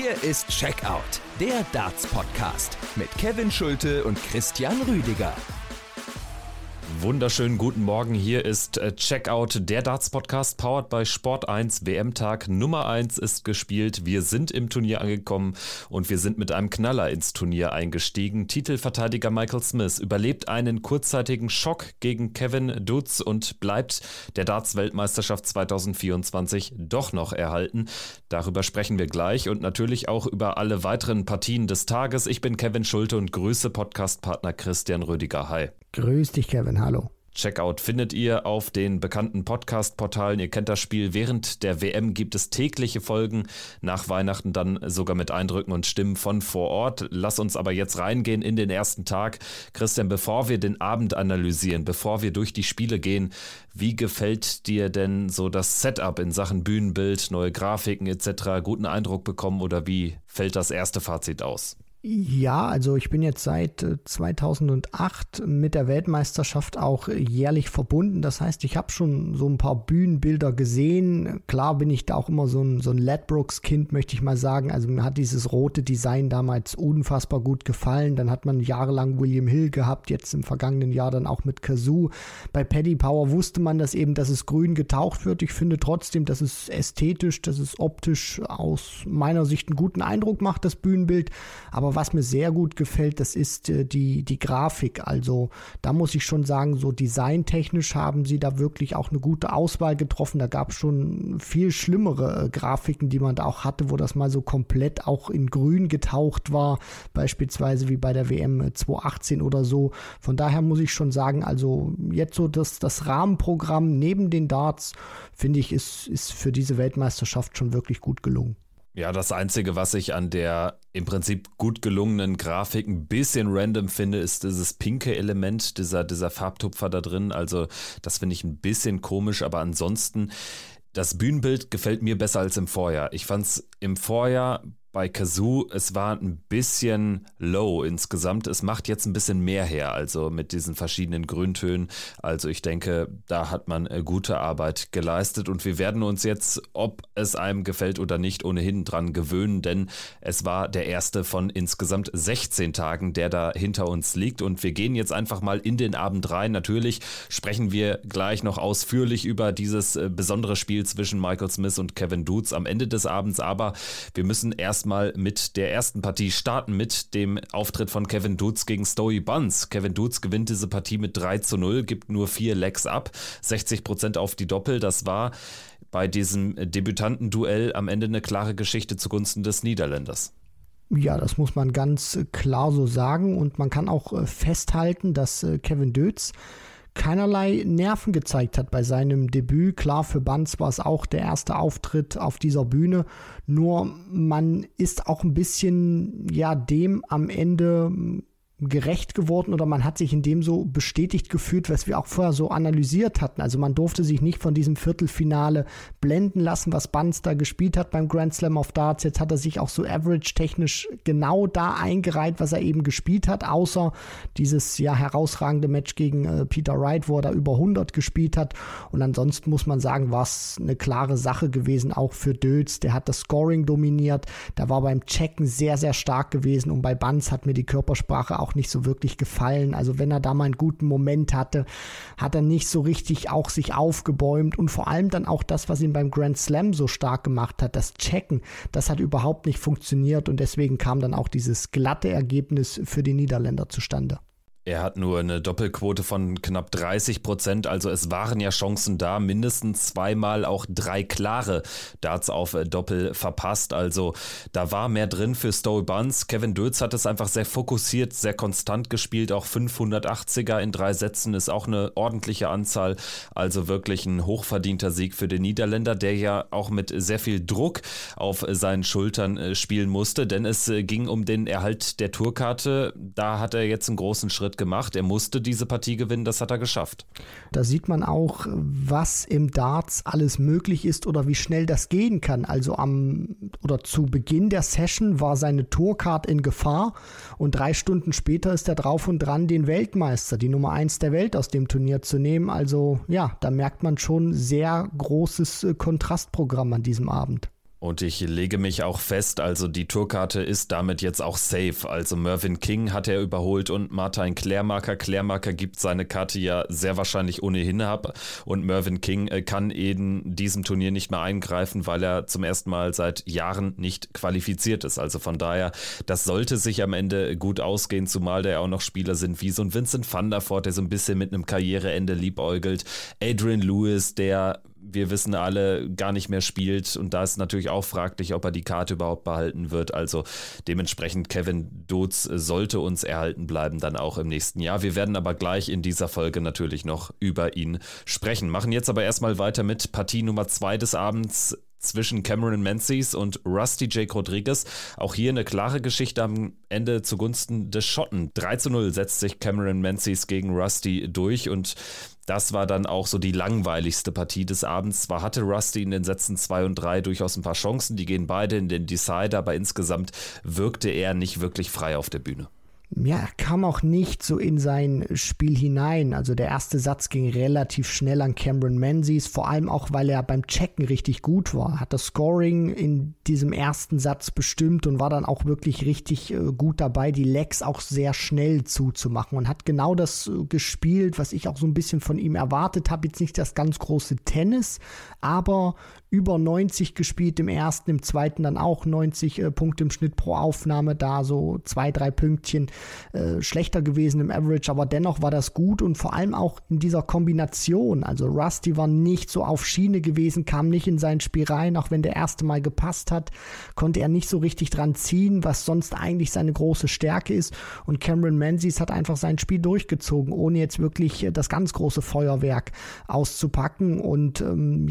Hier ist Checkout, der Darts-Podcast mit Kevin Schulte und Christian Rüdiger. Wunderschönen guten Morgen, hier ist Checkout, der Darts-Podcast, powered by Sport1. WM-Tag Nummer 1 ist gespielt, wir sind im Turnier angekommen und wir sind mit einem Knaller ins Turnier eingestiegen. Titelverteidiger Michael Smith überlebt einen kurzzeitigen Schock gegen Kevin Dutz und bleibt der Darts-Weltmeisterschaft 2024 doch noch erhalten. Darüber sprechen wir gleich und natürlich auch über alle weiteren Partien des Tages. Ich bin Kevin Schulte und grüße Podcastpartner Christian Rüdiger. Hi. Grüß dich, Kevin. Hallo. Checkout findet ihr auf den bekannten Podcast-Portalen. Ihr kennt das Spiel. Während der WM gibt es tägliche Folgen. Nach Weihnachten dann sogar mit Eindrücken und Stimmen von vor Ort. Lass uns aber jetzt reingehen in den ersten Tag. Christian, bevor wir den Abend analysieren, bevor wir durch die Spiele gehen, wie gefällt dir denn so das Setup in Sachen Bühnenbild, neue Grafiken etc.? Guten Eindruck bekommen oder wie fällt das erste Fazit aus? Ja, also ich bin jetzt seit 2008 mit der Weltmeisterschaft auch jährlich verbunden. Das heißt, ich habe schon so ein paar Bühnenbilder gesehen. Klar bin ich da auch immer so ein Ladbrokes-Kind, möchte ich mal sagen. Also mir hat dieses rote Design damals unfassbar gut gefallen. Dann hat man jahrelang William Hill gehabt, jetzt im vergangenen Jahr dann auch mit Cazoo. Bei Paddy Power wusste man das eben, dass es grün getaucht wird. Ich finde trotzdem, dass es ästhetisch, dass es optisch aus meiner Sicht einen guten Eindruck macht, das Bühnenbild. Aber was mir sehr gut gefällt, das ist die Grafik. Also da muss ich schon sagen, so designtechnisch haben sie da wirklich auch eine gute Auswahl getroffen. Da gab es schon viel schlimmere Grafiken, die man da auch hatte, wo das mal so komplett auch in grün getaucht war, beispielsweise wie bei der WM 2018 oder so. Von daher muss ich schon sagen, also jetzt so das Rahmenprogramm neben den Darts, finde ich, ist für diese Weltmeisterschaft schon wirklich gut gelungen. Ja, das Einzige, was ich an der im Prinzip gut gelungenen Grafik ein bisschen random finde, ist dieses pinke Element, dieser Farbtupfer da drin. Also das finde ich ein bisschen komisch, aber ansonsten, das Bühnenbild gefällt mir besser als im Vorjahr. Ich fand es im Vorjahr bei Cazoo, es war ein bisschen low insgesamt. Es macht jetzt ein bisschen mehr her, also mit diesen verschiedenen Grüntönen. Also ich denke, da hat man gute Arbeit geleistet und wir werden uns jetzt, ob es einem gefällt oder nicht, ohnehin dran gewöhnen, denn es war der erste von insgesamt 16 Tagen, der da hinter uns liegt und wir gehen jetzt einfach mal in den Abend rein. Natürlich sprechen wir gleich noch ausführlich über dieses besondere Spiel zwischen Michael Smith und Kevin Dutz am Ende des Abends, aber wir müssen erstmal mit der ersten Partie starten, mit dem Auftritt von Kevin Dutz gegen Stowy Buns. Kevin Dutz gewinnt diese Partie mit 3-0, gibt nur 4 Legs ab, 60% auf die Doppel. Das war bei diesem Debütantenduell am Ende eine klare Geschichte zugunsten des Niederländers. Ja, das muss man ganz klar so sagen und man kann auch festhalten, dass Kevin Dutz keinerlei Nerven gezeigt hat bei seinem Debüt. Klar, für Buns war es auch der erste Auftritt auf dieser Bühne. Nur man ist auch ein bisschen dem am Ende gerecht geworden oder man hat sich in dem so bestätigt gefühlt, was wir auch vorher so analysiert hatten. Also man durfte sich nicht von diesem Viertelfinale blenden lassen, was Buns da gespielt hat beim Grand Slam of Darts. Jetzt hat er sich auch so average-technisch genau da eingereiht, was er eben gespielt hat, außer dieses herausragende Match gegen Peter Wright, wo er da über 100 gespielt hat. Und ansonsten muss man sagen, war es eine klare Sache gewesen, auch für Dutz. Der hat das Scoring dominiert. Da war beim Checken sehr, sehr stark gewesen und bei Buns hat mir die Körpersprache auch nicht so wirklich gefallen. Also wenn er da mal einen guten Moment hatte, hat er nicht so richtig auch sich aufgebäumt und vor allem dann auch das, was ihn beim Grand Slam so stark gemacht hat, das Checken, das hat überhaupt nicht funktioniert und deswegen kam dann auch dieses glatte Ergebnis für die Niederländer zustande. Er hat nur eine Doppelquote von knapp 30%, also es waren ja Chancen da, mindestens zweimal auch 3 klare Darts auf Doppel verpasst, also da war mehr drin für Stowy Buns. Kevin Dutz hat es einfach sehr fokussiert, sehr konstant gespielt, auch 580er in 3 Sätzen ist auch eine ordentliche Anzahl, also wirklich ein hochverdienter Sieg für den Niederländer, der ja auch mit sehr viel Druck auf seinen Schultern spielen musste, denn es ging um den Erhalt der Tourkarte, da hat er jetzt einen großen Schritt gemacht. Er musste diese Partie gewinnen, das hat er geschafft. Da sieht man auch, was im Darts alles möglich ist oder wie schnell das gehen kann. Also zu Beginn der Session war seine Tourcard in Gefahr und 3 Stunden später ist er drauf und dran, den Weltmeister, die Nummer 1 der Welt aus dem Turnier zu nehmen. Also ja, da merkt man schon sehr großes Kontrastprogramm an diesem Abend. Und ich lege mich auch fest, also die Tourkarte ist damit jetzt auch safe. Also Mervyn King hat er überholt und Martin Klärmarker. Klärmarker gibt seine Karte ja sehr wahrscheinlich ohnehin ab. Und Mervyn King kann in diesem Turnier nicht mehr eingreifen, weil er zum ersten Mal seit Jahren nicht qualifiziert ist. Also von daher, das sollte sich am Ende gut ausgehen, zumal da ja auch noch Spieler sind wie so ein Vincent van der Voort, der so ein bisschen mit einem Karriereende liebäugelt. Adrian Lewis, der, wir wissen alle, gar nicht mehr spielt, und da ist natürlich auch fraglich, ob er die Karte überhaupt behalten wird. Also dementsprechend Kevin Dodds sollte uns erhalten bleiben, dann auch im nächsten Jahr. Wir werden aber gleich in dieser Folge natürlich noch über ihn sprechen. Machen jetzt aber erstmal weiter mit Partie Nummer 2 des Abends zwischen Cameron Menzies und Rusty Jake Rodriguez. Auch hier eine klare Geschichte am Ende zugunsten des Schotten. 3:0 setzt sich Cameron Menzies gegen Rusty durch, und das war dann auch so die langweiligste Partie des Abends. Zwar hatte Rusty in den Sätzen 2 und 3 durchaus ein paar Chancen, die gehen beide in den Decider, aber insgesamt wirkte er nicht wirklich frei auf der Bühne. Ja, er kam auch nicht so in sein Spiel hinein. Also der erste Satz ging relativ schnell an Cameron Menzies, vor allem auch, weil er beim Checken richtig gut war. Hat das Scoring in diesem ersten Satz bestimmt und war dann auch wirklich richtig gut dabei, die Legs auch sehr schnell zuzumachen, und hat genau das gespielt, was ich auch so ein bisschen von ihm erwartet habe. Jetzt nicht das ganz große Tennis, aber über 90 gespielt im ersten, im zweiten dann auch 90 Punkte im Schnitt pro Aufnahme, da so 2-3 Pünktchen schlechter gewesen im Average, aber dennoch war das gut, und vor allem auch in dieser Kombination. Also Rusty war nicht so auf Schiene gewesen, kam nicht in sein Spiel rein, auch wenn der erste Mal gepasst hat, konnte er nicht so richtig dran ziehen, was sonst eigentlich seine große Stärke ist, und Cameron Menzies hat einfach sein Spiel durchgezogen, ohne jetzt wirklich das ganz große Feuerwerk auszupacken, und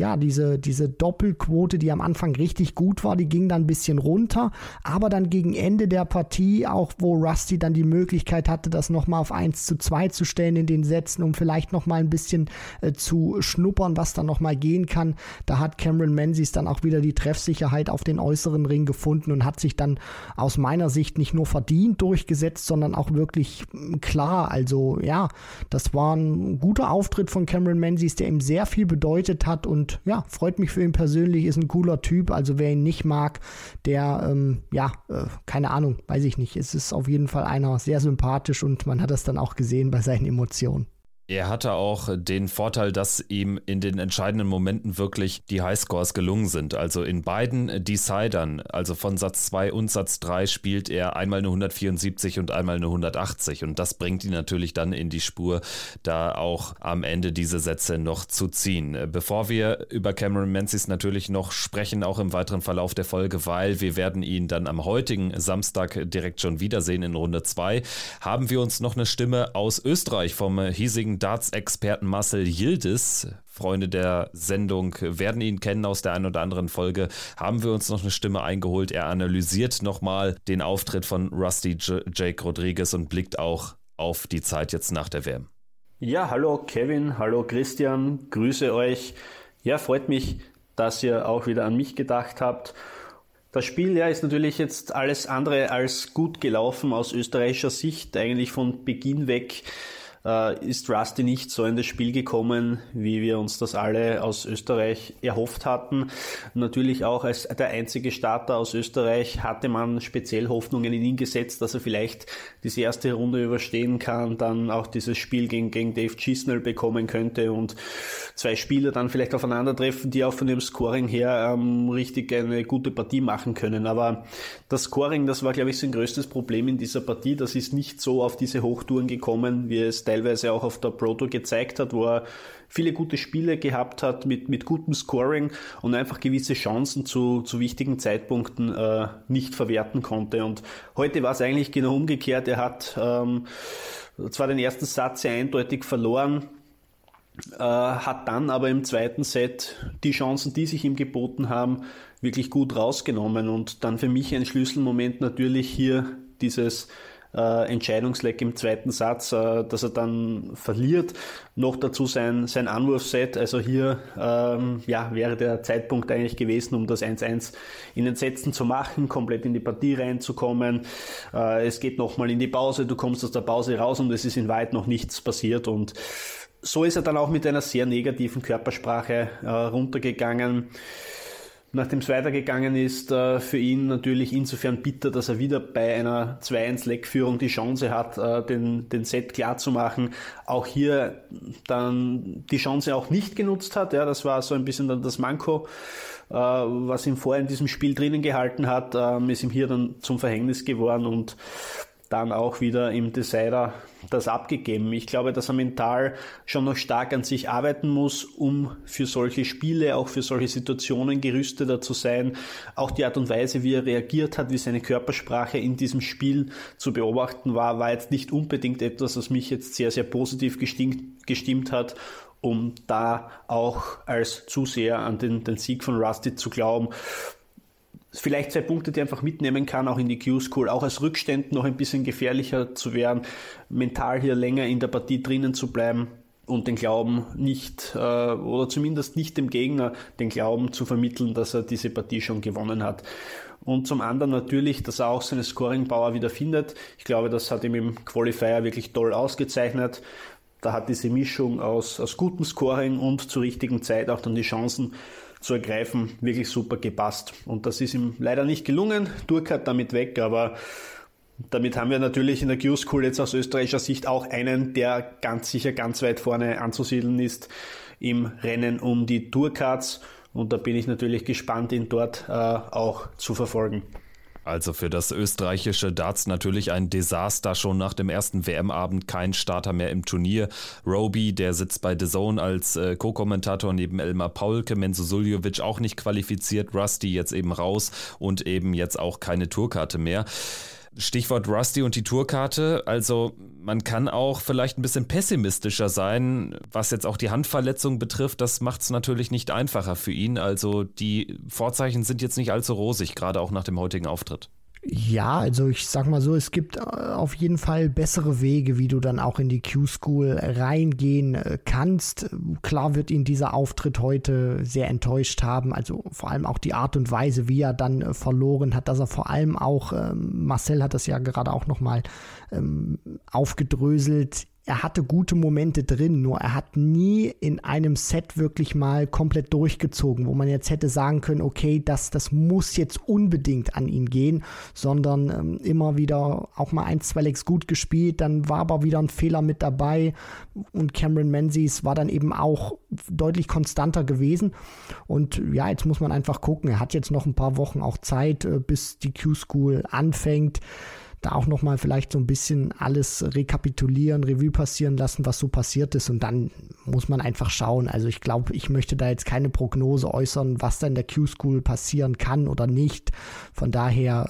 diese Doppelquote, die am Anfang richtig gut war, die ging dann ein bisschen runter, aber dann gegen Ende der Partie, auch wo Rusty dann die Möglichkeit hatte, das nochmal auf 1:2 zu stellen in den Sätzen, um vielleicht nochmal ein bisschen zu schnuppern, was dann nochmal gehen kann, da hat Cameron Menzies dann auch wieder die Treffsicherheit auf den äußeren Ring gefunden und hat sich dann aus meiner Sicht nicht nur verdient durchgesetzt, sondern auch wirklich klar. Also ja, das war ein guter Auftritt von Cameron Menzies, der ihm sehr viel bedeutet hat, und ja, freut mich für ihn persönlich, ist ein cooler Typ. Also wer ihn nicht mag, der, keine Ahnung, weiß ich nicht. Es ist auf jeden Fall einer sehr sympathisch, und man hat das dann auch gesehen bei seinen Emotionen. Er hatte auch den Vorteil, dass ihm in den entscheidenden Momenten wirklich die Highscores gelungen sind. Also in beiden Decidern, also von Satz 2 und Satz 3, spielt er einmal eine 174 und einmal eine 180. Und das bringt ihn natürlich dann in die Spur, da auch am Ende diese Sätze noch zu ziehen. Bevor wir über Cameron Menzies natürlich noch sprechen, auch im weiteren Verlauf der Folge, weil wir werden ihn dann am heutigen Samstag direkt schon wiedersehen in Runde 2, haben wir uns noch eine Stimme aus Österreich vom hiesigen Darts-Experten Marcel Yildiz. Freunde der Sendung werden ihn kennen aus der einen oder anderen Folge. Haben wir uns noch eine Stimme eingeholt. Er analysiert nochmal den Auftritt von Rusty Jake Rodriguez und blickt auch auf die Zeit jetzt nach der WM. Ja, hallo Kevin, hallo Christian, grüße euch. Ja, freut mich, dass ihr auch wieder an mich gedacht habt. Das Spiel ist natürlich jetzt alles andere als gut gelaufen aus österreichischer Sicht. Eigentlich von Beginn weg ist Rusty nicht so in das Spiel gekommen, wie wir uns das alle aus Österreich erhofft hatten. Natürlich auch als der einzige Starter aus Österreich hatte man speziell Hoffnungen in ihn gesetzt, dass er vielleicht diese erste Runde überstehen kann, dann auch dieses Spiel gegen Dave Chisnell bekommen könnte und 2 Spieler dann vielleicht aufeinandertreffen, die auch von dem Scoring her richtig eine gute Partie machen können. Aber das Scoring, das war, glaube ich, sein größtes Problem in dieser Partie. Das ist nicht so auf diese Hochtouren gekommen, wie es teilweise auch auf der Pro Tour gezeigt hat, wo er viele gute Spiele gehabt hat mit gutem Scoring und einfach gewisse Chancen zu wichtigen Zeitpunkten nicht verwerten konnte. Und heute war es eigentlich genau umgekehrt. Er hat zwar den ersten Satz sehr eindeutig verloren, hat dann aber im zweiten Set die Chancen, die sich ihm geboten haben, wirklich gut rausgenommen. Und dann für mich ein Schlüsselmoment natürlich hier dieses Entscheidungsleck im zweiten Satz, dass er dann verliert. Noch dazu sein Anwurfset. Also hier wäre der Zeitpunkt eigentlich gewesen, um das 1-1 in den Sätzen zu machen, komplett in die Partie reinzukommen. Es geht nochmal in die Pause, du kommst aus der Pause raus und es ist in Wahrheit noch nichts passiert. Und so ist er dann auch mit einer sehr negativen Körpersprache runtergegangen. nachdem es weitergegangen ist, für ihn natürlich insofern bitter, dass er wieder bei einer 2-1-Leckführung die Chance hat, den Set klar zu machen. Auch hier dann die Chance auch nicht genutzt hat. Ja, das war so ein bisschen dann das Manko, was ihn vorher in diesem Spiel drinnen gehalten hat, ist ihm hier dann zum Verhängnis geworden und dann auch wieder im Decider das abgegeben. Ich glaube, dass er mental schon noch stark an sich arbeiten muss, um für solche Spiele, auch für solche Situationen gerüsteter zu sein. Auch die Art und Weise, wie er reagiert hat, wie seine Körpersprache in diesem Spiel zu beobachten war jetzt nicht unbedingt etwas, was mich jetzt sehr, sehr positiv gestimmt hat, um da auch als Zuseher an den Sieg von Rusty zu glauben. Vielleicht 2 Punkte, die er einfach mitnehmen kann, auch in die Q-School, auch als Rückstand noch ein bisschen gefährlicher zu werden, mental hier länger in der Partie drinnen zu bleiben und den Glauben nicht, oder zumindest nicht dem Gegner den Glauben zu vermitteln, dass er diese Partie schon gewonnen hat. Und zum anderen natürlich, dass er auch seine Scoring-Power wieder findet. Ich glaube, das hat ihm im Qualifier wirklich toll ausgezeichnet. Da hat diese Mischung aus gutem Scoring und zur richtigen Zeit auch dann die Chancen zu ergreifen wirklich super gepasst. Und das ist ihm leider nicht gelungen. Turk hat damit weg, aber damit haben wir natürlich in der Q-School jetzt aus österreichischer Sicht auch einen, der ganz sicher ganz weit vorne anzusiedeln ist im Rennen um die Tourcards. Und da bin ich natürlich gespannt, ihn dort auch zu verfolgen. Also für das österreichische Darts natürlich ein Desaster, schon nach dem ersten WM-Abend kein Starter mehr im Turnier. Roby, der sitzt bei DAZN als Co-Kommentator neben Elmar Paulke, Menzo Suljovic auch nicht qualifiziert, Rusty jetzt eben raus und eben jetzt auch keine Tourkarte mehr. Stichwort Rusty und die Tourkarte, also man kann auch vielleicht ein bisschen pessimistischer sein, was jetzt auch die Handverletzung betrifft, das macht es natürlich nicht einfacher für ihn, also die Vorzeichen sind jetzt nicht allzu rosig, gerade auch nach dem heutigen Auftritt. Ja, also ich sag mal so, es gibt auf jeden Fall bessere Wege, wie du dann auch in die Q-School reingehen kannst. Klar wird ihn dieser Auftritt heute sehr enttäuscht haben, also vor allem auch die Art und Weise, wie er dann verloren hat, dass er vor allem auch, Marcel hat das ja gerade auch nochmal aufgedröselt, er hatte gute Momente drin, nur er hat nie in einem Set wirklich mal komplett durchgezogen, wo man jetzt hätte sagen können, okay, das muss jetzt unbedingt an ihn gehen, sondern immer wieder auch mal 1-2 Lecks gut gespielt, dann war aber wieder ein Fehler mit dabei und Cameron Menzies war dann eben auch deutlich konstanter gewesen und ja, jetzt muss man einfach gucken, er hat jetzt noch ein paar Wochen auch Zeit, bis die Q-School anfängt, da auch nochmal vielleicht so ein bisschen alles rekapitulieren, Revue passieren lassen, was so passiert ist und dann muss man einfach schauen. Also ich glaube, ich möchte da jetzt keine Prognose äußern, was da in der Q-School passieren kann oder nicht. Von daher,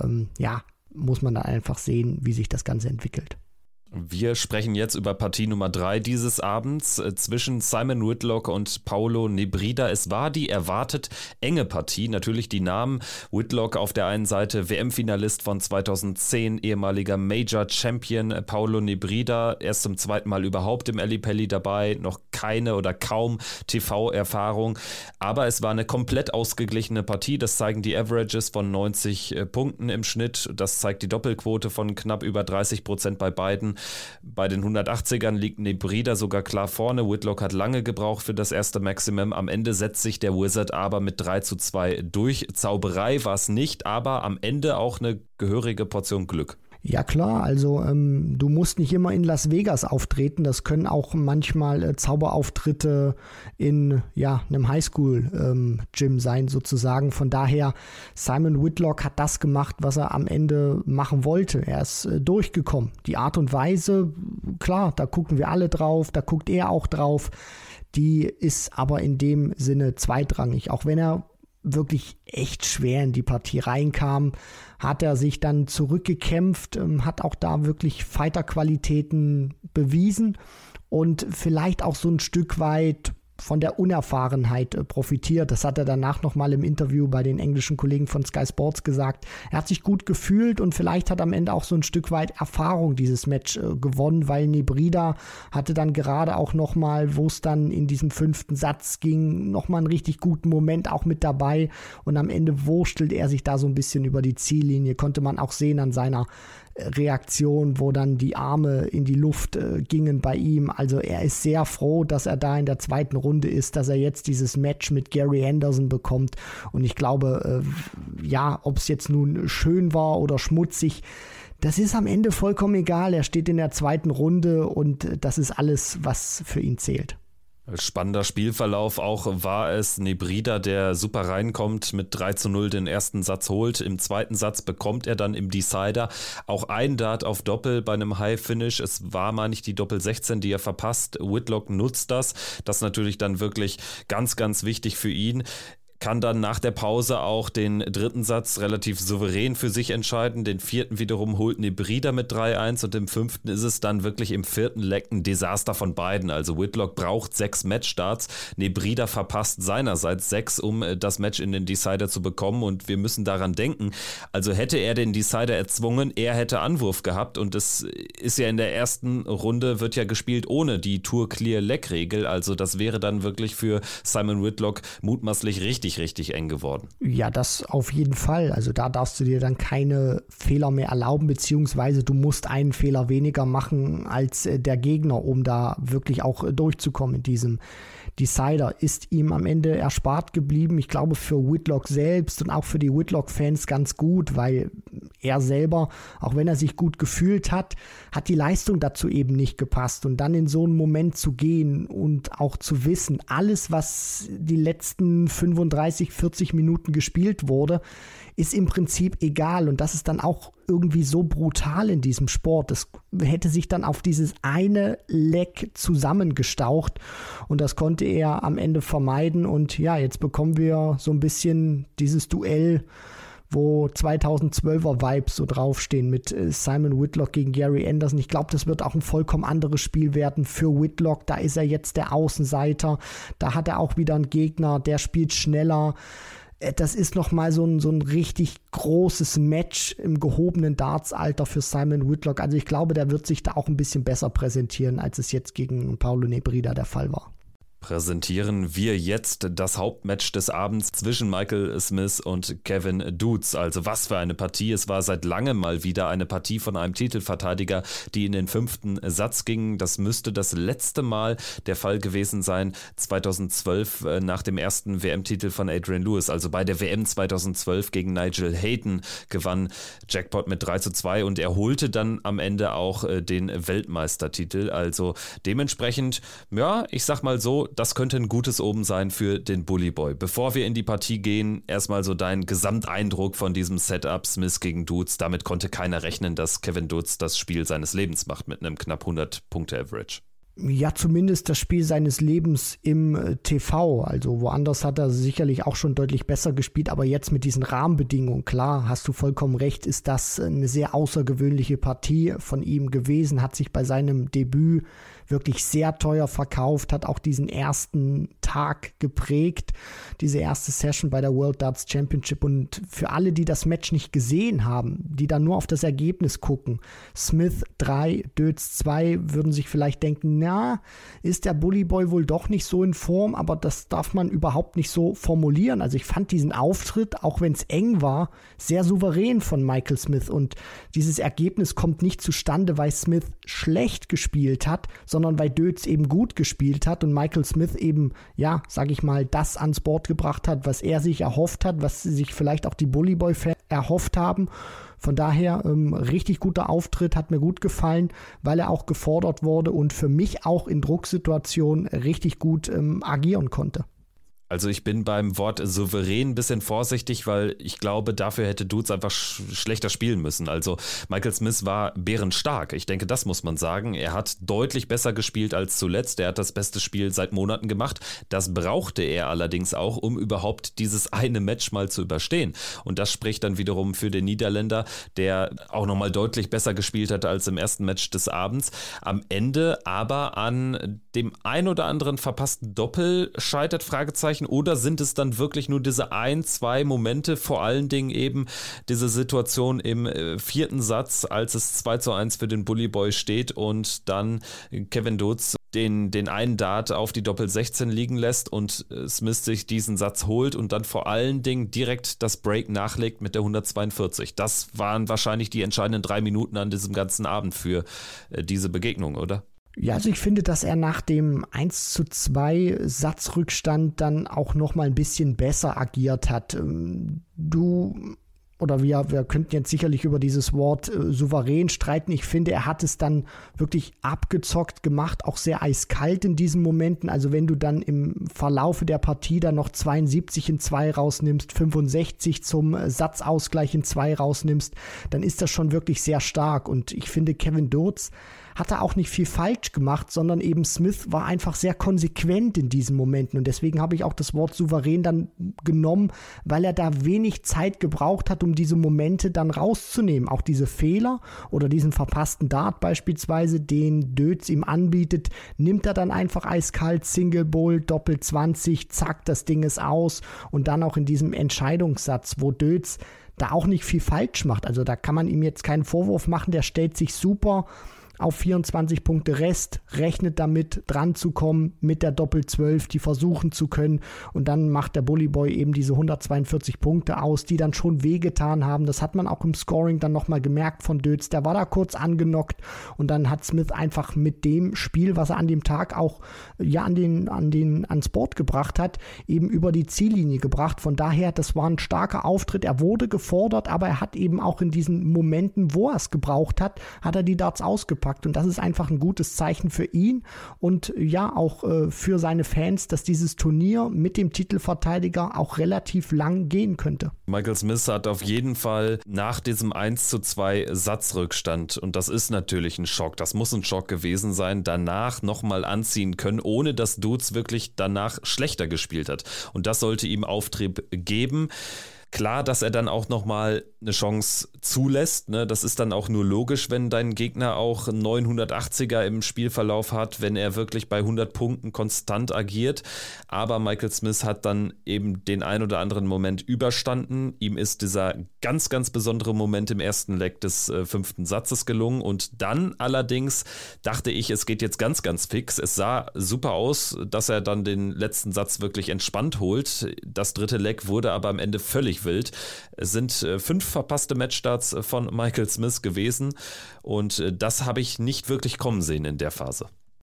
muss man da einfach sehen, wie sich das Ganze entwickelt. Wir sprechen jetzt über Partie Nummer 3 dieses Abends zwischen Simon Whitlock und Paulo Nebrida. Es war die erwartet enge Partie. Natürlich die Namen. Whitlock auf der einen Seite WM-Finalist von 2010, ehemaliger Major-Champion. Paulo Nebrida erst zum zweiten Mal überhaupt im Ellipelli dabei. Noch keine oder kaum TV-Erfahrung. Aber es war eine komplett ausgeglichene Partie. Das zeigen die Averages von 90 Punkten im Schnitt. Das zeigt die Doppelquote von knapp über 30% bei beiden. Bei den 180ern liegt Nebrida sogar klar vorne. Whitlock hat lange gebraucht für das erste Maximum. Am Ende setzt sich der Wizard aber mit 3:2 durch. Zauberei war es nicht, aber am Ende auch eine gehörige Portion Glück. Ja klar, also du musst nicht immer in Las Vegas auftreten, das können auch manchmal Zauberauftritte in einem Highschool-Gym sein sozusagen. Von daher, Simon Whitlock hat das gemacht, was er am Ende machen wollte. Er ist durchgekommen. Die Art und Weise, klar, da gucken wir alle drauf, da guckt er auch drauf. Die ist aber in dem Sinne zweitrangig, auch wenn er wirklich echt schwer in die Partie reinkam, hat er sich dann zurückgekämpft, hat auch da wirklich Fighter-Qualitäten bewiesen und vielleicht auch so ein Stück weit von der Unerfahrenheit profitiert. Das hat er danach nochmal im Interview bei den englischen Kollegen von Sky Sports gesagt. Er hat sich gut gefühlt und vielleicht hat am Ende auch so ein Stück weit Erfahrung dieses Match gewonnen, weil Nebrida hatte dann gerade auch nochmal, wo es dann in diesen 5. Satz ging, nochmal einen richtig guten Moment auch mit dabei und am Ende wurstelt er sich da so ein bisschen über die Ziellinie, konnte man auch sehen an seiner Reaktion, wo dann die Arme in die Luft gingen bei ihm. Also er ist sehr froh, dass er da in der zweiten Runde ist, dass er jetzt dieses Match mit Gary Anderson bekommt. Und ich glaube, ob es jetzt nun schön war oder schmutzig, das ist am Ende vollkommen egal. Er steht in der zweiten Runde und das ist alles, was für ihn zählt. Spannender Spielverlauf auch war es Nebrida, der super reinkommt, mit 3:0 den ersten Satz holt. Im zweiten Satz bekommt er dann im Decider auch ein Dart auf Doppel bei einem High-Finish. Es war, meine ich, die Doppel 16, die er verpasst. Whitlock nutzt das. Das ist natürlich dann wirklich ganz, ganz wichtig für ihn. Kann dann nach der Pause auch den dritten Satz relativ souverän für sich entscheiden. Den vierten wiederum holt Nebrida mit 3:1 und im fünften ist es dann wirklich im vierten Leck ein Desaster von beiden. Also Whitlock braucht 6 Matchstarts, Nebrida verpasst seinerseits 6, um das Match in den Decider zu bekommen und wir müssen daran denken, also hätte er den Decider erzwungen, er hätte Anwurf gehabt und es ist ja in der ersten Runde, wird ja gespielt ohne die Tour-Clear-Leg-Regel, also das wäre dann wirklich für Simon Whitlock mutmaßlich richtig eng geworden. Ja, das auf jeden Fall. Also da darfst du dir dann keine Fehler mehr erlauben, beziehungsweise du musst einen Fehler weniger machen als der Gegner, um da wirklich auch durchzukommen in diesem Decider. Ist ihm am Ende erspart geblieben. Ich glaube für Whitlock selbst und auch für die Whitlock-Fans ganz gut, weil er selber, auch wenn er sich gut gefühlt hat, hat die Leistung dazu eben nicht gepasst. Und dann in so einen Moment zu gehen und auch zu wissen, alles, was die letzten 35, 40 Minuten gespielt wurde, ist im Prinzip egal. Und das ist dann auch irgendwie so brutal in diesem Sport. Das hätte sich dann auf dieses eine Leck zusammengestaucht und das konnte er am Ende vermeiden. Und ja, jetzt bekommen wir so ein bisschen dieses Duell, wo 2012er Vibes so draufstehen mit Simon Whitlock gegen Gary Anderson. Ich glaube, das wird auch ein vollkommen anderes Spiel werden für Whitlock. Da ist er jetzt der Außenseiter. Da hat er auch wieder einen Gegner, der spielt schneller. Das ist nochmal so ein richtig großes Match im gehobenen Dartsalter für Simon Whitlock. Also ich glaube, der wird sich da auch ein bisschen besser präsentieren, als es jetzt gegen Paulo Nebrida der Fall war. Präsentieren wir jetzt das Hauptmatch des Abends zwischen Michael Smith und Kevin Doods. Also was für eine Partie. Es war seit langem mal wieder eine Partie von einem Titelverteidiger, die in den 5. Satz ging. Das müsste das letzte Mal der Fall gewesen sein, 2012 nach dem ersten WM-Titel von Adrian Lewis. Also bei der WM 2012 gegen Nigel Hayden gewann Jackpot mit 3:2 und er holte dann am Ende auch den Weltmeistertitel. Also dementsprechend, ja, ich sag mal so, das könnte ein gutes Omen sein für den Bully Boy. Bevor wir in die Partie gehen, erstmal so dein Gesamteindruck von diesem Setup Smith gegen Doods. Damit konnte keiner rechnen, dass Kevin Doods das Spiel seines Lebens macht mit einem knapp 100-Punkte-Average. Ja, zumindest das Spiel seines Lebens im TV. Also woanders hat er sicherlich auch schon deutlich besser gespielt, aber jetzt mit diesen Rahmenbedingungen, klar, hast du vollkommen recht, ist das eine sehr außergewöhnliche Partie von ihm gewesen, hat sich bei seinem Debüt wirklich sehr teuer verkauft, hat auch diesen ersten Tag geprägt, diese erste Session bei der World Darts Championship. Und für alle, die das Match nicht gesehen haben, die dann nur auf das Ergebnis gucken, Smith 3, Doods 2, würden sich vielleicht denken, na, ist der Bully Boy wohl doch nicht so in Form, aber das darf man überhaupt nicht so formulieren. Also ich fand diesen Auftritt, auch wenn es eng war, sehr souverän von Michael Smith und dieses Ergebnis kommt nicht zustande, weil Smith schlecht gespielt hat, sondern weil Doods eben gut gespielt hat und Michael Smith eben, ja, sag ich mal, das ans Board gebracht hat, was er sich erhofft hat, was sich vielleicht auch die Bully Boy-Fans erhofft haben. Von daher richtig guter Auftritt, hat mir gut gefallen, weil er auch gefordert wurde und für mich auch in Drucksituationen richtig gut agieren konnte. Also ich bin beim Wort souverän ein bisschen vorsichtig, weil ich glaube, dafür hätte Doods einfach schlechter spielen müssen. Also Michael Smith war bärenstark. Ich denke, das muss man sagen. Er hat deutlich besser gespielt als zuletzt. Er hat das beste Spiel seit Monaten gemacht. Das brauchte er allerdings auch, um überhaupt dieses eine Match mal zu überstehen. Und das spricht dann wiederum für den Niederländer, der auch nochmal deutlich besser gespielt hat als im ersten Match des Abends. Am Ende aber an dem ein oder anderen verpassten Doppel scheitert, Fragezeichen. Oder sind es dann wirklich nur diese 1-2 Momente, vor allen Dingen eben diese Situation im 4. Satz, als es 2:1 für den Bully Boy steht und dann Kevin Doods den einen Dart auf die Doppel-16 liegen lässt und Smith sich diesen Satz holt und dann vor allen Dingen direkt das Break nachlegt mit der 142. Das waren wahrscheinlich die entscheidenden 3 Minuten an diesem ganzen Abend für diese Begegnung, oder? Ja, also ich finde, dass er nach dem 1:2 Satzrückstand dann auch nochmal ein bisschen besser agiert hat. Wir könnten jetzt sicherlich über dieses Wort souverän streiten. Ich finde, er hat es dann wirklich abgezockt gemacht, auch sehr eiskalt in diesen Momenten. Also wenn du dann im Verlaufe der Partie dann noch 72 in 2 rausnimmst, 65 zum Satzausgleich in 2 rausnimmst, dann ist das schon wirklich sehr stark. Und ich finde, Kevin Dodds hat er auch nicht viel falsch gemacht, sondern eben Smith war einfach sehr konsequent in diesen Momenten und deswegen habe ich auch das Wort souverän dann genommen, weil er da wenig Zeit gebraucht hat, um diese Momente dann rauszunehmen. Auch diese Fehler oder diesen verpassten Dart beispielsweise, den Dötz ihm anbietet, nimmt er dann einfach eiskalt, Single Bowl, Doppel 20, zack, das Ding ist aus und dann auch in diesem Entscheidungssatz, wo Dötz da auch nicht viel falsch macht. Also da kann man ihm jetzt keinen Vorwurf machen, der stellt sich super auf 24 Punkte Rest, rechnet damit, dran zu kommen mit der Doppel-12, die versuchen zu können und dann macht der Bullyboy eben diese 142 Punkte aus, die dann schon wehgetan haben. Das hat man auch im Scoring dann nochmal gemerkt von Dötz, der war da kurz angenockt und dann hat Smith einfach mit dem Spiel, was er an dem Tag auch ans Board gebracht hat, eben über die Ziellinie gebracht. Von daher, das war ein starker Auftritt, er wurde gefordert, aber er hat eben auch in diesen Momenten, wo er es gebraucht hat, hat er die Darts ausgepackt. Und das ist einfach ein gutes Zeichen für ihn und ja auch für seine Fans, dass dieses Turnier mit dem Titelverteidiger auch relativ lang gehen könnte. Michael Smith hat auf jeden Fall nach diesem 1:2 Satzrückstand, und das ist natürlich ein Schock, das muss ein Schock gewesen sein, danach nochmal anziehen können, ohne dass Dodds wirklich danach schlechter gespielt hat. Und das sollte ihm Auftrieb geben. Klar, dass er dann auch nochmal eine Chance zulässt, ne? Das ist dann auch nur logisch, wenn dein Gegner auch 980er im Spielverlauf hat, wenn er wirklich bei 100 Punkten konstant agiert. Aber Michael Smith hat dann eben den ein oder anderen Moment überstanden. Ihm ist dieser ganz, ganz besondere Moment im ersten Leg des 5. Satzes gelungen. Und dann allerdings dachte ich, es geht jetzt ganz, ganz fix. Es sah super aus, dass er dann den letzten Satz wirklich entspannt holt. Das 3. Leg wurde aber am Ende völlig wild. Es sind 5 verpasste Matchstarts von Michael Smith gewesen und das habe ich nicht wirklich kommen sehen in der Phase.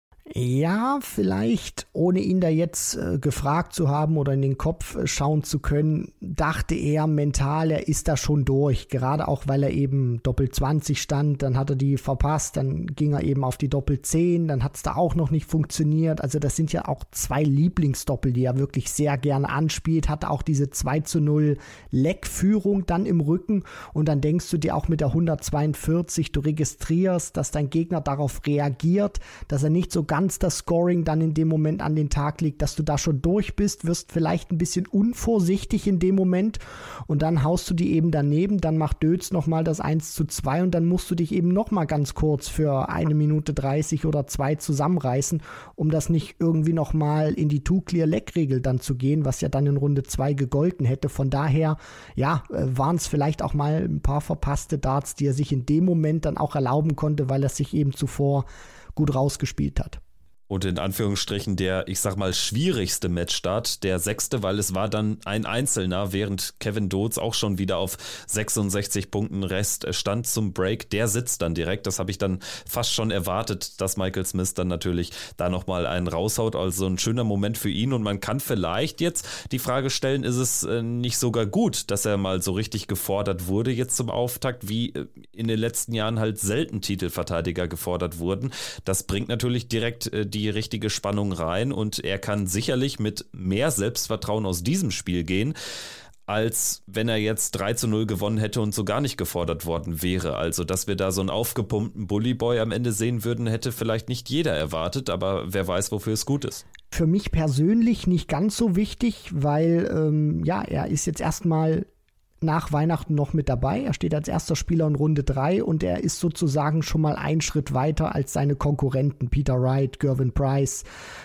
Ja, vielleicht, ohne ihn da jetzt gefragt zu haben oder in den Kopf schauen zu können, dachte er mental, er ist da schon durch. Gerade auch, weil er eben Doppel 20 stand, dann hat er die verpasst, dann ging er eben auf die Doppel 10, dann hat es da auch noch nicht funktioniert. Also das sind ja auch 2 Lieblingsdoppel, die er wirklich sehr gerne anspielt. Hatte auch diese 2:0 Leckführung dann im Rücken und dann denkst du dir auch mit der 142, du registrierst, dass dein Gegner darauf reagiert, dass er nicht so ganz das Scoring dann in dem Moment an den Tag legt, dass du da schon durch bist, wirst vielleicht ein bisschen unvorsichtig in dem Moment und dann haust du die eben daneben, dann macht Dötz nochmal das 1:2 und dann musst du dich eben nochmal ganz kurz für 1 Minute 30 oder 2 zusammenreißen, um das nicht irgendwie nochmal in die Two-Clear-Leg-Regel dann zu gehen, was ja dann in Runde 2 gegolten hätte. Von daher, ja, waren es vielleicht auch mal ein paar verpasste Darts, die er sich in dem Moment dann auch erlauben konnte, weil er sich eben zuvor gut rausgespielt hat. Und in Anführungsstrichen der, ich sag mal, schwierigste Matchstart, der 6., weil es war dann ein Einzelner, während Kevin Dodds auch schon wieder auf 66 Punkten Rest stand zum Break. Der sitzt dann direkt. Das habe ich dann fast schon erwartet, dass Michael Smith dann natürlich da nochmal einen raushaut. Also ein schöner Moment für ihn. Und man kann vielleicht jetzt die Frage stellen, ist es nicht sogar gut, dass er mal so richtig gefordert wurde jetzt zum Auftakt, wie in den letzten Jahren halt selten Titelverteidiger gefordert wurden. Das bringt natürlich direkt die richtige Spannung rein und er kann sicherlich mit mehr Selbstvertrauen aus diesem Spiel gehen, als wenn er jetzt 3:0 gewonnen hätte und so gar nicht gefordert worden wäre. Also, dass wir da so einen aufgepumpten Bullyboy am Ende sehen würden, hätte vielleicht nicht jeder erwartet, aber wer weiß, wofür es gut ist. Für mich persönlich nicht ganz so wichtig, weil er ist jetzt erstmal nach Weihnachten noch mit dabei. Er steht als erster Spieler in Runde 3 und er ist sozusagen schon mal einen Schritt weiter als seine Konkurrenten Peter Wright, Gervin Price,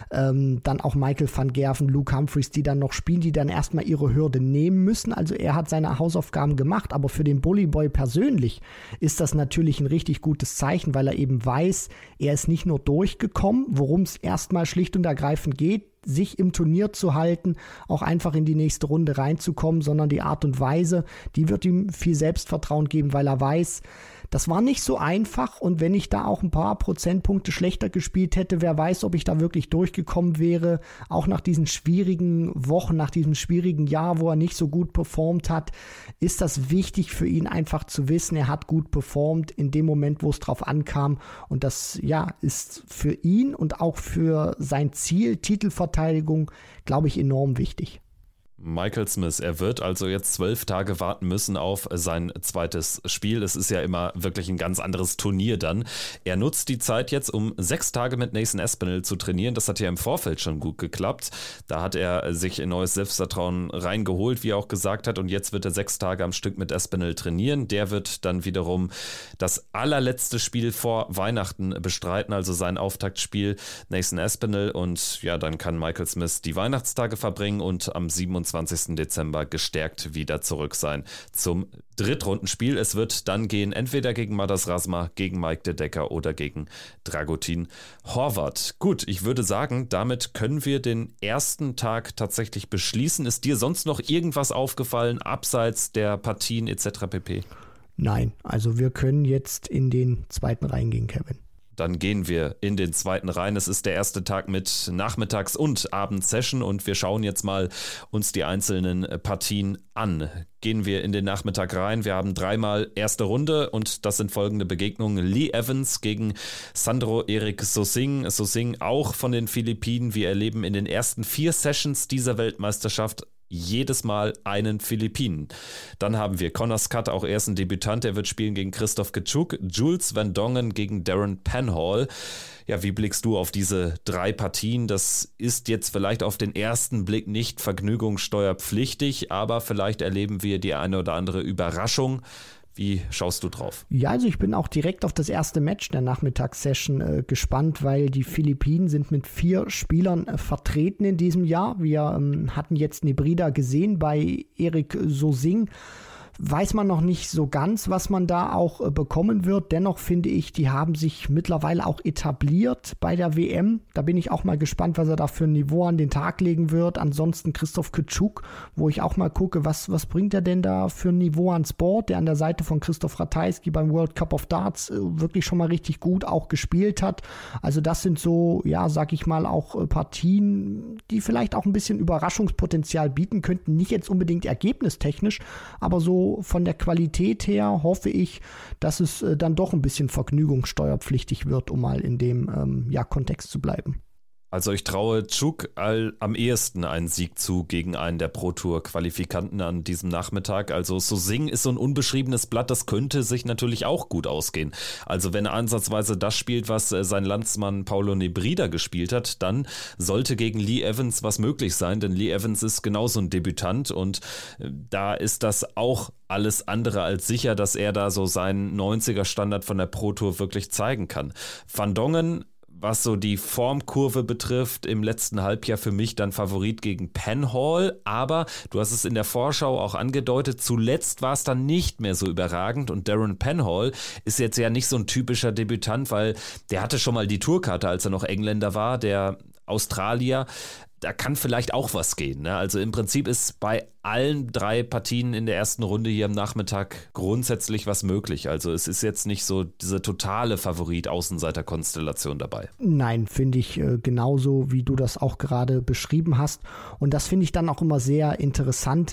dann auch Michael van Gerven, Luke Humphries, die dann noch spielen, die dann erstmal ihre Hürde nehmen müssen. Also er hat seine Hausaufgaben gemacht, aber für den Bully Boy persönlich ist das natürlich ein richtig gutes Zeichen, weil er eben weiß, er ist nicht nur durchgekommen, worum es erstmal schlicht und ergreifend geht, sich im Turnier zu halten, auch einfach in die nächste Runde reinzukommen, sondern die Art und Weise, die wird ihm viel Selbstvertrauen geben, weil er weiß, das war nicht so einfach und wenn ich da auch ein paar Prozentpunkte schlechter gespielt hätte, wer weiß, ob ich da wirklich durchgekommen wäre, auch nach diesen schwierigen Wochen, nach diesem schwierigen Jahr, wo er nicht so gut performt hat, ist das wichtig für ihn einfach zu wissen, er hat gut performt in dem Moment, wo es drauf ankam und das ist für ihn und auch für sein Ziel, Titelverteidigung, glaube ich, enorm wichtig. Michael Smith, er wird also jetzt 12 Tage warten müssen auf sein zweites Spiel. Es ist ja immer wirklich ein ganz anderes Turnier dann. Er nutzt die Zeit jetzt, um 6 Tage mit Nathan Aspinall zu trainieren. Das hat ja im Vorfeld schon gut geklappt. Da hat er sich ein neues Selbstvertrauen reingeholt, wie er auch gesagt hat. Und jetzt wird er 6 Tage am Stück mit Aspinall trainieren. Der wird dann wiederum das allerletzte Spiel vor Weihnachten bestreiten, also sein Auftaktspiel Nathan Aspinall. Und ja, dann kann Michael Smith die Weihnachtstage verbringen und am 27. Dezember gestärkt wieder zurück sein zum Drittrundenspiel. Es wird dann gehen, entweder gegen Madars Razma, gegen Mike De Decker oder gegen Dragutin Horvat. Gut, ich würde sagen, damit können wir den ersten Tag tatsächlich beschließen. Ist dir sonst noch irgendwas aufgefallen, abseits der Partien etc. pp? Nein, also wir können jetzt in den zweiten reingehen, Kevin. Dann gehen wir in den zweiten rein. Es ist der erste Tag mit Nachmittags- und Abendsession und wir schauen jetzt mal uns die einzelnen Partien an. Gehen wir in den Nachmittag rein. Wir haben 3-mal erste Runde und das sind folgende Begegnungen. Lee Evans gegen Sandro Eric Sosing. Sosing auch von den Philippinen. Wir erleben in den ersten 4 Sessions dieser Weltmeisterschaft jedes Mal einen Philippinen. Dann haben wir Connor Scott, auch er ist ein Debütant, der wird spielen gegen Christoph Kachuk. Jules Van Dongen gegen Darren Penhall. Ja, wie blickst du auf diese 3 Partien? Das ist jetzt vielleicht auf den ersten Blick nicht vergnügungssteuerpflichtig, aber vielleicht erleben wir die eine oder andere Überraschung. Wie schaust du drauf? Ja, also ich bin auch direkt auf das erste Match der Nachmittagssession gespannt, weil die Philippinen sind mit 4 Spielern vertreten in diesem Jahr. Wir hatten jetzt Nebrida gesehen bei Eric Sosing. Weiß man noch nicht so ganz, was man da auch bekommen wird. Dennoch finde ich, die haben sich mittlerweile auch etabliert bei der WM. Da bin ich auch mal gespannt, was er da für ein Niveau an den Tag legen wird. Ansonsten Christoph Kachuk, wo ich auch mal gucke, was bringt er denn da für ein Niveau ans Board, der an der Seite von Christoph Ratajski beim World Cup of Darts wirklich schon mal richtig gut auch gespielt hat. Also das sind so, ja, sag ich mal, auch Partien, die vielleicht auch ein bisschen Überraschungspotenzial bieten könnten. Nicht jetzt unbedingt ergebnistechnisch, aber so von der Qualität her hoffe ich, dass es dann doch ein bisschen vergnügungssteuerpflichtig wird, um mal in dem Kontext zu bleiben. Also ich traue Chuk am ehesten einen Sieg zu gegen einen der Pro-Tour-Qualifikanten an diesem Nachmittag. Also Sosing ist so ein unbeschriebenes Blatt, das könnte sich natürlich auch gut ausgehen. Also wenn er ansatzweise das spielt, was sein Landsmann Paulo Nebrida gespielt hat, dann sollte gegen Lee Evans was möglich sein, denn Lee Evans ist genauso ein Debütant und da ist das auch alles andere als sicher, dass er da so seinen 90er-Standard von der Pro-Tour wirklich zeigen kann. Van Dongen, was so die Formkurve betrifft, im letzten Halbjahr für mich dann Favorit gegen Penhall, aber du hast es in der Vorschau auch angedeutet, zuletzt war es dann nicht mehr so überragend und Darren Penhall ist jetzt ja nicht so ein typischer Debütant, weil der hatte schon mal die Tourkarte, als er noch Engländer war, der Australier. Da kann vielleicht auch was gehen. Ne? Also im Prinzip ist bei allen 3 Partien in der ersten Runde hier am Nachmittag grundsätzlich was möglich. Also es ist jetzt nicht so diese totale Favorit-Außenseiter-Konstellation dabei. Nein, finde ich genauso, wie du das auch gerade beschrieben hast. Und das finde ich dann auch immer sehr interessant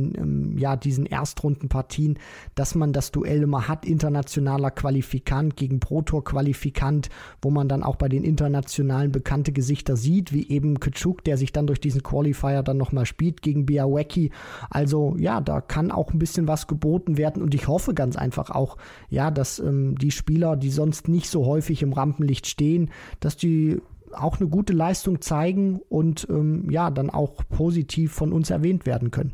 in diesen Erstrundenpartien, dass man das Duell immer hat, internationaler Qualifikant gegen Pro-Tour-Qualifikant, wo man dann auch bei den internationalen bekannte Gesichter sieht, wie eben Kachuk, der sich dann durch diesen Qualifier dann nochmal spielt gegen Białecki. Also ja, da kann auch ein bisschen was geboten werden und ich hoffe ganz einfach auch, ja, dass die Spieler, die sonst nicht so häufig im Rampenlicht stehen, dass die auch eine gute Leistung zeigen und dann auch positiv von uns erwähnt werden können.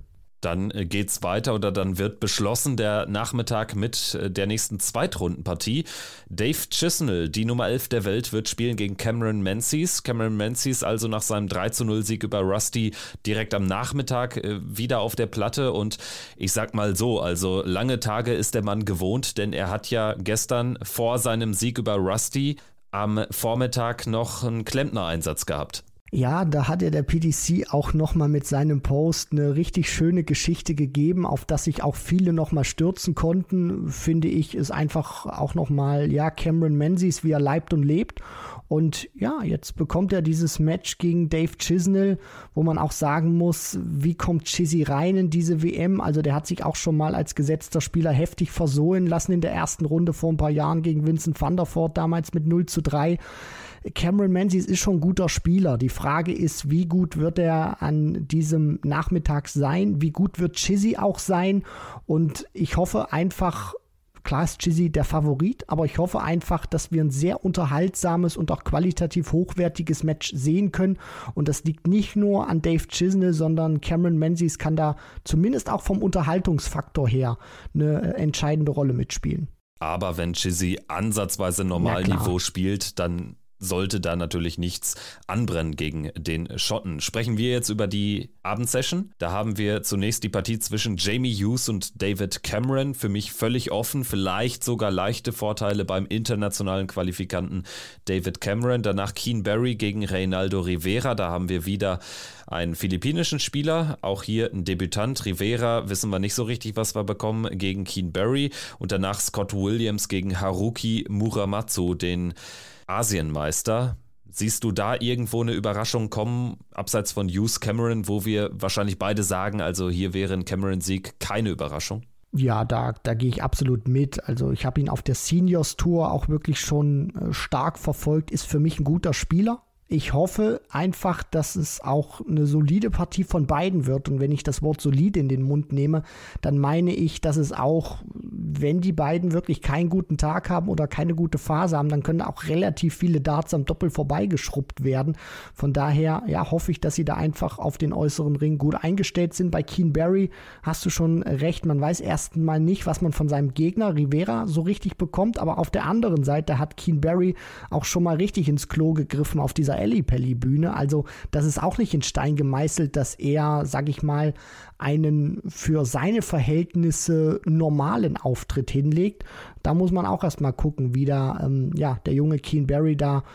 Dann geht's weiter oder dann wird beschlossen der Nachmittag mit der nächsten Zweitrundenpartie. Dave Chisnell, die Nummer 11 der Welt, wird spielen gegen Cameron Menzies. Cameron Menzies also nach seinem 3-0-Sieg über Rusty direkt am Nachmittag wieder auf der Platte und ich sag mal so, also lange Tage ist der Mann gewohnt, denn er hat ja gestern vor seinem Sieg über Rusty am Vormittag noch einen Klempner-Einsatz gehabt. Ja, da hat ja der PDC auch nochmal mit seinem Post eine richtig schöne Geschichte gegeben, auf das sich auch viele nochmal stürzen konnten, finde ich, ist einfach auch nochmal, ja, Cameron Menzies, wie er leibt und lebt. Und ja, jetzt bekommt er dieses Match gegen Dave Chisnell, wo man auch sagen muss, wie kommt Chizzy rein in diese WM? Also der hat sich auch schon mal als gesetzter Spieler heftig versohlen lassen in der ersten Runde vor ein paar Jahren gegen Vincent van der Voort, damals mit 0-3. Cameron Menzies ist schon ein guter Spieler. Die Frage ist, wie gut wird er an diesem Nachmittag sein? Wie gut wird Chizzy auch sein? Und ich hoffe einfach, klar ist Chizzy der Favorit, aber ich hoffe einfach, dass wir ein sehr unterhaltsames und auch qualitativ hochwertiges Match sehen können. Und das liegt nicht nur an Dave Chisnell, sondern Cameron Menzies kann da zumindest auch vom Unterhaltungsfaktor her eine entscheidende Rolle mitspielen. Aber wenn Chizzy ansatzweise Normalniveau spielt, dann sollte da natürlich nichts anbrennen gegen den Schotten. Sprechen wir jetzt über die Abendsession. Da haben wir zunächst die Partie zwischen Jamie Hughes und David Cameron. Für mich völlig offen, vielleicht sogar leichte Vorteile beim internationalen Qualifikanten David Cameron. Danach Keen Barry gegen Reinaldo Rivera. Da haben wir wieder einen philippinischen Spieler, auch hier ein Debütant. Rivera wissen wir nicht so richtig, was wir bekommen, gegen Keen Barry. Und danach Scott Williams gegen Haruki Muramatsu, den Asienmeister. Siehst du da irgendwo eine Überraschung kommen, abseits von Hughes Cameron, wo wir wahrscheinlich beide sagen, also hier wäre ein Cameron-Sieg keine Überraschung? Ja, da gehe ich absolut mit. Also ich habe ihn auf der Seniors Tour auch wirklich schon stark verfolgt, ist für mich ein guter Spieler. Ich hoffe einfach, dass es auch eine solide Partie von beiden wird. Und wenn ich das Wort solide in den Mund nehme, dann meine ich, dass es auch, wenn die beiden wirklich keinen guten Tag haben oder keine gute Phase haben, dann können auch relativ viele Darts am Doppel vorbeigeschrubbt werden. Von daher, ja, hoffe ich, dass sie da einfach auf den äußeren Ring gut eingestellt sind. Bei Keen Barry hast du schon recht, man weiß erst mal nicht, was man von seinem Gegner Rivera so richtig bekommt, aber auf der anderen Seite hat Keen Barry auch schon mal richtig ins Klo gegriffen auf dieser Ellipelli-Bühne. Also das ist auch nicht in Stein gemeißelt, dass er, sag ich mal, einen für seine Verhältnisse normalen Auftritt hinlegt. Da muss man auch erstmal gucken, wie da der junge Keen Barry da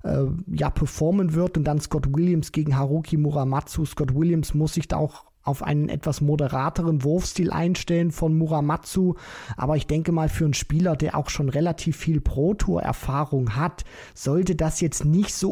performen wird. Und dann Scott Williams gegen Haruki Muramatsu. Scott Williams muss sich da auch auf einen etwas moderateren Wurfstil einstellen von Muramatsu, aber ich denke mal, für einen Spieler, der auch schon relativ viel Pro-Tour-Erfahrung hat, sollte das jetzt nicht so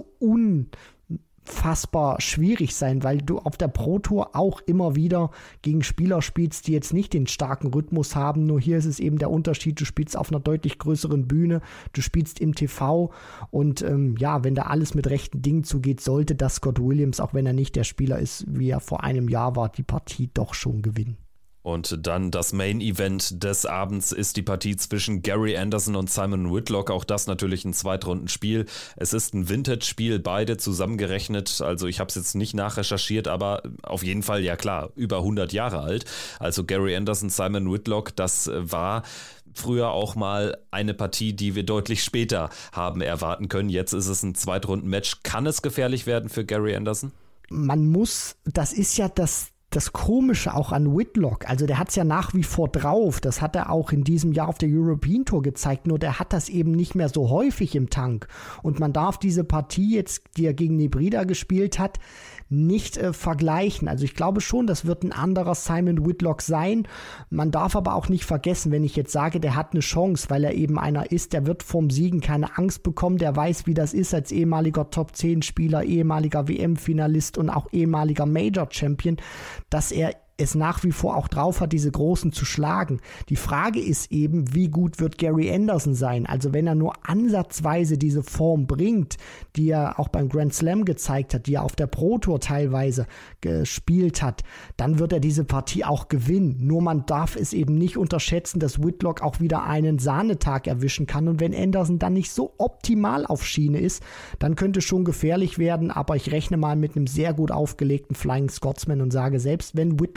unfassbar schwierig sein, weil du auf der Pro-Tour auch immer wieder gegen Spieler spielst, die jetzt nicht den starken Rhythmus haben, nur hier ist es eben der Unterschied, du spielst auf einer deutlich größeren Bühne, du spielst im TV und wenn da alles mit rechten Dingen zugeht, sollte das Scott Williams, auch wenn er nicht der Spieler ist, wie er vor einem Jahr war, die Partie doch schon gewinnen. Und dann das Main-Event des Abends ist die Partie zwischen Gary Anderson und Simon Whitlock. Auch das natürlich ein Zweitrundenspiel. Es ist ein Vintage-Spiel, beide zusammengerechnet. Also ich habe es jetzt nicht nachrecherchiert, aber auf jeden Fall, ja klar, über 100 Jahre alt. Also Gary Anderson, Simon Whitlock, das war früher auch mal eine Partie, die wir deutlich später haben erwarten können. Jetzt ist es ein Zweitrunden-Match. Kann es gefährlich werden für Gary Anderson? Das ist ja das Komische auch an Whitlock, also der hat es ja nach wie vor drauf, das hat er auch in diesem Jahr auf der European Tour gezeigt, nur der hat das eben nicht mehr so häufig im Tank und man darf diese Partie jetzt, die er gegen Nebrida gespielt hat, nicht vergleichen. Also ich glaube schon, das wird ein anderer Simon Whitlock sein. Man darf aber auch nicht vergessen, wenn ich jetzt sage, der hat eine Chance, weil er eben einer ist, der wird vorm Siegen keine Angst bekommen, der weiß, wie das ist als ehemaliger Top-10-Spieler, ehemaliger WM-Finalist und auch ehemaliger Major-Champion, dass er es nach wie vor auch drauf hat, diese Großen zu schlagen. Die Frage ist eben, wie gut wird Gary Anderson sein? Also wenn er nur ansatzweise diese Form bringt, die er auch beim Grand Slam gezeigt hat, die er auf der Pro Tour teilweise gespielt hat, dann wird er diese Partie auch gewinnen. Nur man darf es eben nicht unterschätzen, dass Whitlock auch wieder einen Sahnetag erwischen kann. Und wenn Anderson dann nicht so optimal auf Schiene ist, dann könnte es schon gefährlich werden. Aber ich rechne mal mit einem sehr gut aufgelegten Flying Scotsman und sage, selbst wenn Whitlock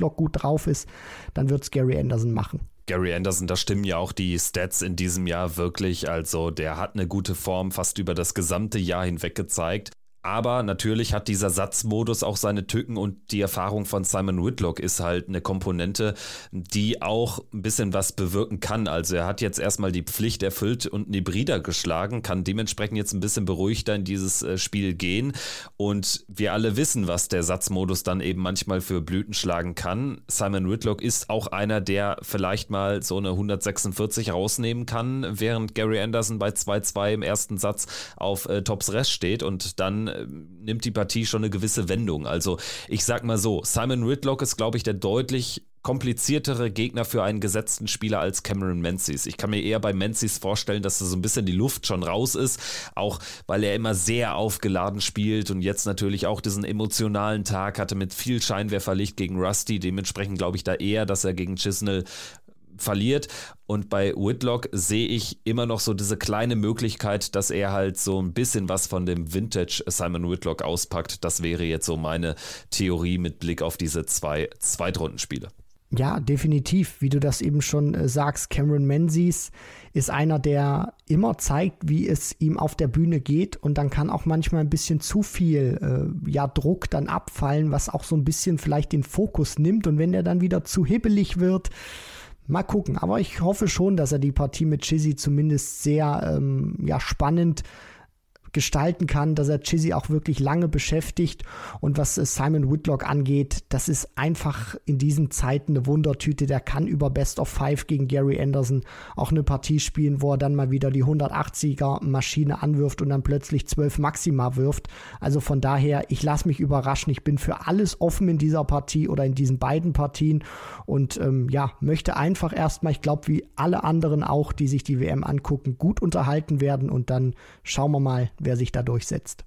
Whitlock gut drauf ist, dann wird es Gary Anderson machen. Gary Anderson, da stimmen ja auch die Stats in diesem Jahr wirklich. Also der hat eine gute Form fast über das gesamte Jahr hinweg gezeigt. Aber natürlich hat dieser Satzmodus auch seine Tücken und die Erfahrung von Simon Whitlock ist halt eine Komponente, die auch ein bisschen was bewirken kann. Also er hat jetzt erstmal die Pflicht erfüllt und einen Hybrider geschlagen, kann dementsprechend jetzt ein bisschen beruhigter in dieses Spiel gehen. Und wir alle wissen, was der Satzmodus dann eben manchmal für Blüten schlagen kann. Simon Whitlock ist auch einer, der vielleicht mal so eine 146 rausnehmen kann, während Gary Anderson bei 2-2 im ersten Satz auf Tops Rest steht und dann nimmt die Partie schon eine gewisse Wendung. Also ich sag mal so, Simon Whitlock ist, glaube ich, der deutlich kompliziertere Gegner für einen gesetzten Spieler als Cameron Menzies. Ich kann mir eher bei Menzies vorstellen, dass da so ein bisschen die Luft schon raus ist, auch weil er immer sehr aufgeladen spielt und jetzt natürlich auch diesen emotionalen Tag hatte mit viel Scheinwerferlicht gegen Rusty. Dementsprechend glaube ich da eher, dass er gegen Chisnell verliert. Und bei Whitlock sehe ich immer noch so diese kleine Möglichkeit, dass er halt so ein bisschen was von dem Vintage Simon Whitlock auspackt. Das wäre jetzt so meine Theorie mit Blick auf diese 2 Zweitrundenspiele. Ja, definitiv. Wie du das eben schon sagst, Cameron Menzies ist einer, der immer zeigt, wie es ihm auf der Bühne geht und dann kann auch manchmal ein bisschen zu viel Druck dann abfallen, was auch so ein bisschen vielleicht den Fokus nimmt und wenn der dann wieder zu hibbelig wird, mal gucken, aber ich hoffe schon, dass er die Partie mit Chizzy zumindest sehr spannend gestalten kann, dass er Chizzy auch wirklich lange beschäftigt und was Simon Whitlock angeht, das ist einfach in diesen Zeiten eine Wundertüte, der kann über Best of 5 gegen Gary Anderson auch eine Partie spielen, wo er dann mal wieder die 180er Maschine anwirft und dann plötzlich 12 Maxima wirft, also von daher, ich lasse mich überraschen, ich bin für alles offen in dieser Partie oder in diesen beiden Partien und möchte einfach erstmal, ich glaube wie alle anderen auch, die sich die WM angucken, gut unterhalten werden und dann schauen wir mal, wer sich da durchsetzt.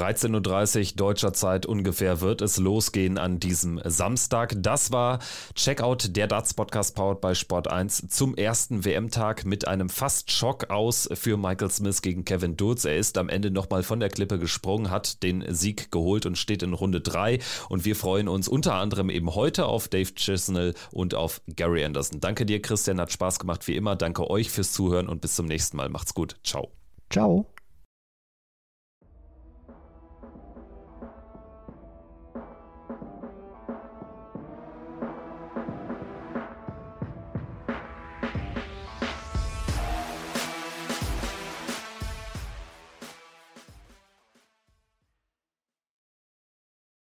13:30 Uhr deutscher Zeit ungefähr wird es losgehen an diesem Samstag. Das war Checkout, der Darts-Podcast powered by Sport1 zum ersten WM-Tag mit einem fast Schock aus für Michael Smith gegen Kevin Dodds. Er ist am Ende nochmal von der Klippe gesprungen, hat den Sieg geholt und steht in Runde 3 und wir freuen uns unter anderem eben heute auf Dave Chisnell und auf Gary Anderson. Danke dir, Christian, hat Spaß gemacht wie immer. Danke euch fürs Zuhören und bis zum nächsten Mal. Macht's gut. Ciao. Ciao.